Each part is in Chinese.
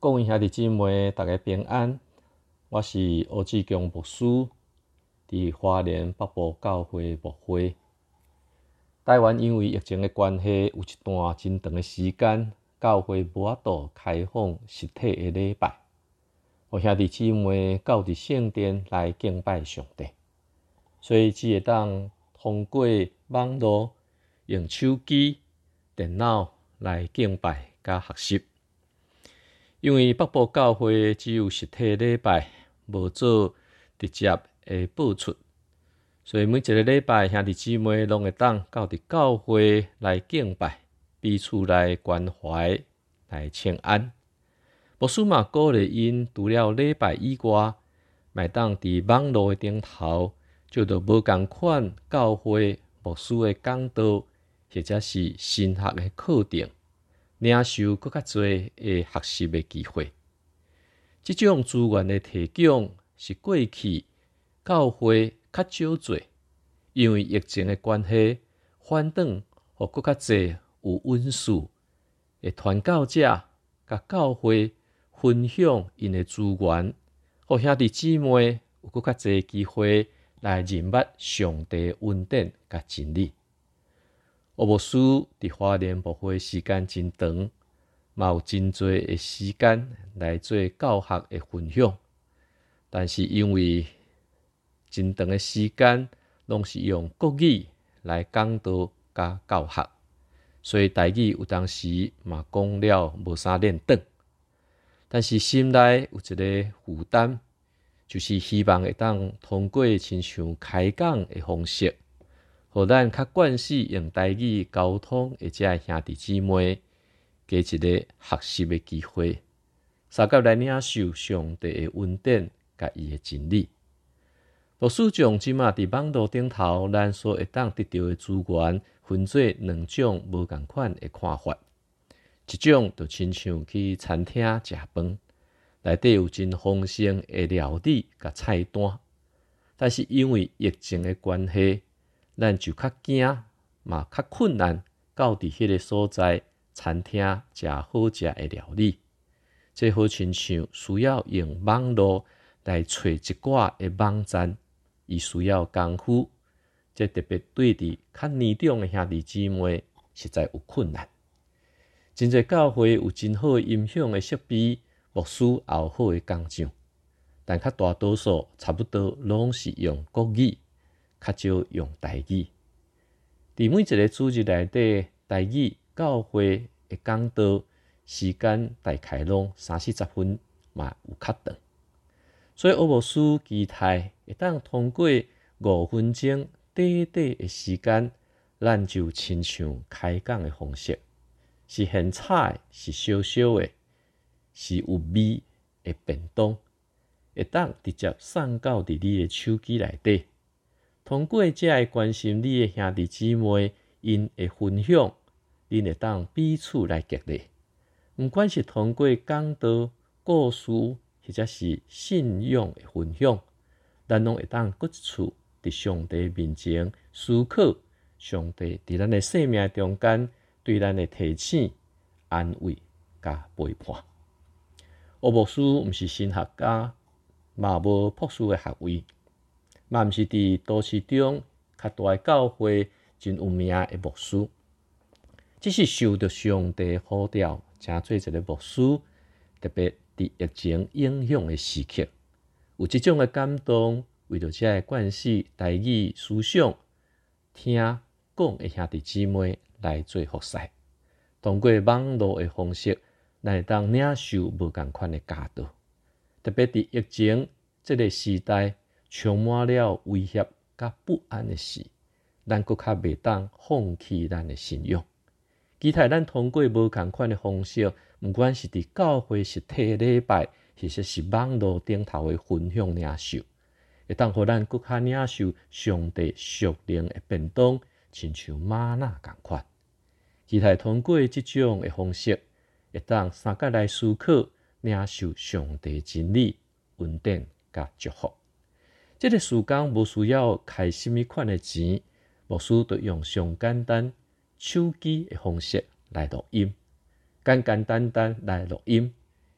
各位兄弟姊妹，大家平安。我是欧志强牧师，伫花莲北部教会牧会。台湾因为疫情的关系，有一段真长的时间，教会无法度开放实体的礼拜，互兄弟姊妹到伫圣殿来敬拜上帝，所以只会当通过网络、用手机、电脑来敬拜甲学习。因为北部教会只有实体礼拜，无做直接的播出，所以每一个礼拜兄弟姊妹拢会当到伫教会来敬拜，彼此来关怀、来请安。牧师嘛鼓励因，除了礼拜以外，嘛当伫网络的顶头，就着无共款教会牧师的讲道，或者是神学的课程，领受更较侪的学习的机会。这种资源的提供是过去教会较少做，因为疫情的关系，反倒互更较侪有恩赐的传教者甲教会分享因的资源，互兄弟姊妹有更较侪机会来认捌上帝的恩典甲真理。我牧师伫花莲牧会时间真长，嘛有真侪的时间来做教学的分享，但是因为真长的时间拢是用国语来讲道甲教学，所以台语有当时嘛讲了无啥练转，但是心内有一个负担，就是希望会当通过亲像开讲的方式，互咱较惯势用台语沟通的这兄弟姊妹，加一个学习的机会，三甲来领受上帝的恩典甲伊的真理。牧师将即马伫网络顶头，咱所会当得到的资源，分做两种无共款的看法。一种就亲像去餐厅食饭，内底有真丰盛的料理甲菜单，但是因为疫情的关系，咱就较惊嘛较困难到伫迄个所在餐厅食好食的料理。这好亲像需要用网络来找一寡的网站，伊需要功夫，这特别对伫较年长的兄弟姊妹实在有困难。真侪教会有真好音响的设备，牧师也有好的工匠，但较大多数差不多拢是用国语，较少用台语。伫每一个主日内底，台语教会的讲道时间大概拢30-40分，嘛有较长。所以牧师期待会当通过5分钟短短的时间，咱就亲像开讲的方式，是现炒，是烧烧的，是有味的便当，会当直接送到伫你的手机内底。通过这会关心你的兄弟姊妹，因的分享，恁会当彼此来激励。不管是通过讲道、故事，或者是信仰的分享，咱拢会当搁一次伫上帝面前思考上帝伫咱的生命中间对咱的提醒、安慰甲陪伴。牧师毋是神学家，嘛无博士的学位，嘛毋是伫都市中较大的教会真有名的牧师，只是受到上帝呼召，成做一个牧师，特别伫疫情影响的时刻，有这种的感动，为着这惯势台语思想听讲的兄弟姊妹来做服侍，通过网络的方式，咱会当领受无共款的教导。特别伫疫情这个时代，充满了威胁甲不安的事，咱搁较袂当放弃咱的信仰。期待咱通过无共款的方式，不管是伫教会实体的礼拜，或者是网络顶头的分享领受，会当互咱搁较领受上帝属灵的便当，亲像吗哪共款。期待通过这种的方式，会当三角来思考，领受上帝真理、恩典甲祝福。这个时间无需要开什么款的钱，牧师就用上简单手机的方式来录音，简简单单来录音，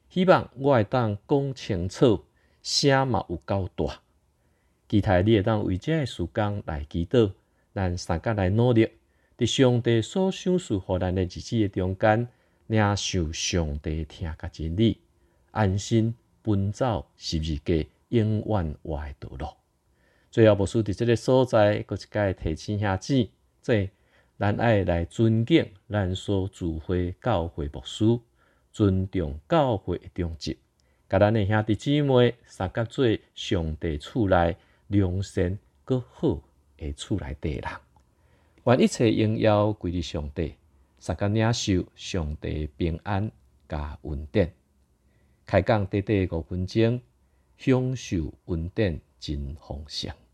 希望我会当讲清楚，声嘛有够大。期待你会当为这个事工来祈祷，咱三甲来努力，伫上帝所赏赐予咱的日子的中间，领受上帝听甲真理，安心奔走十字架永远活的道路。最后，牧师伫这个所在，搁一届提醒兄姊，即咱爱来尊敬咱所主会教会牧师，尊重教会的中职，甲咱的兄弟姊妹三甲做上帝厝内良善搁好的厝内地人。愿一切荣耀归于上帝，三甲领受上帝平安加恩典。开讲短短5分钟，享受恩典真丰盛。